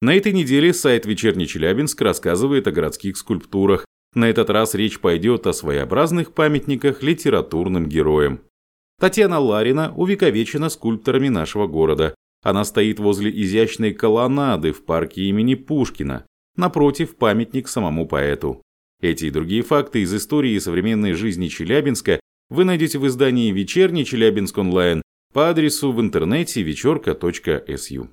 На этой неделе сайт «Вечерний Челябинск» рассказывает о городских скульптурах. На этот раз речь пойдет о своеобразных памятниках литературным героям. Татьяна Ларина увековечена скульпторами нашего города. Она стоит возле изящной колоннады в парке имени Пушкина. Напротив, памятник самому поэту. Эти и другие факты из истории и современной жизни Челябинска вы найдете в издании «Вечерний Челябинск онлайн» по адресу в интернете вечерка.су.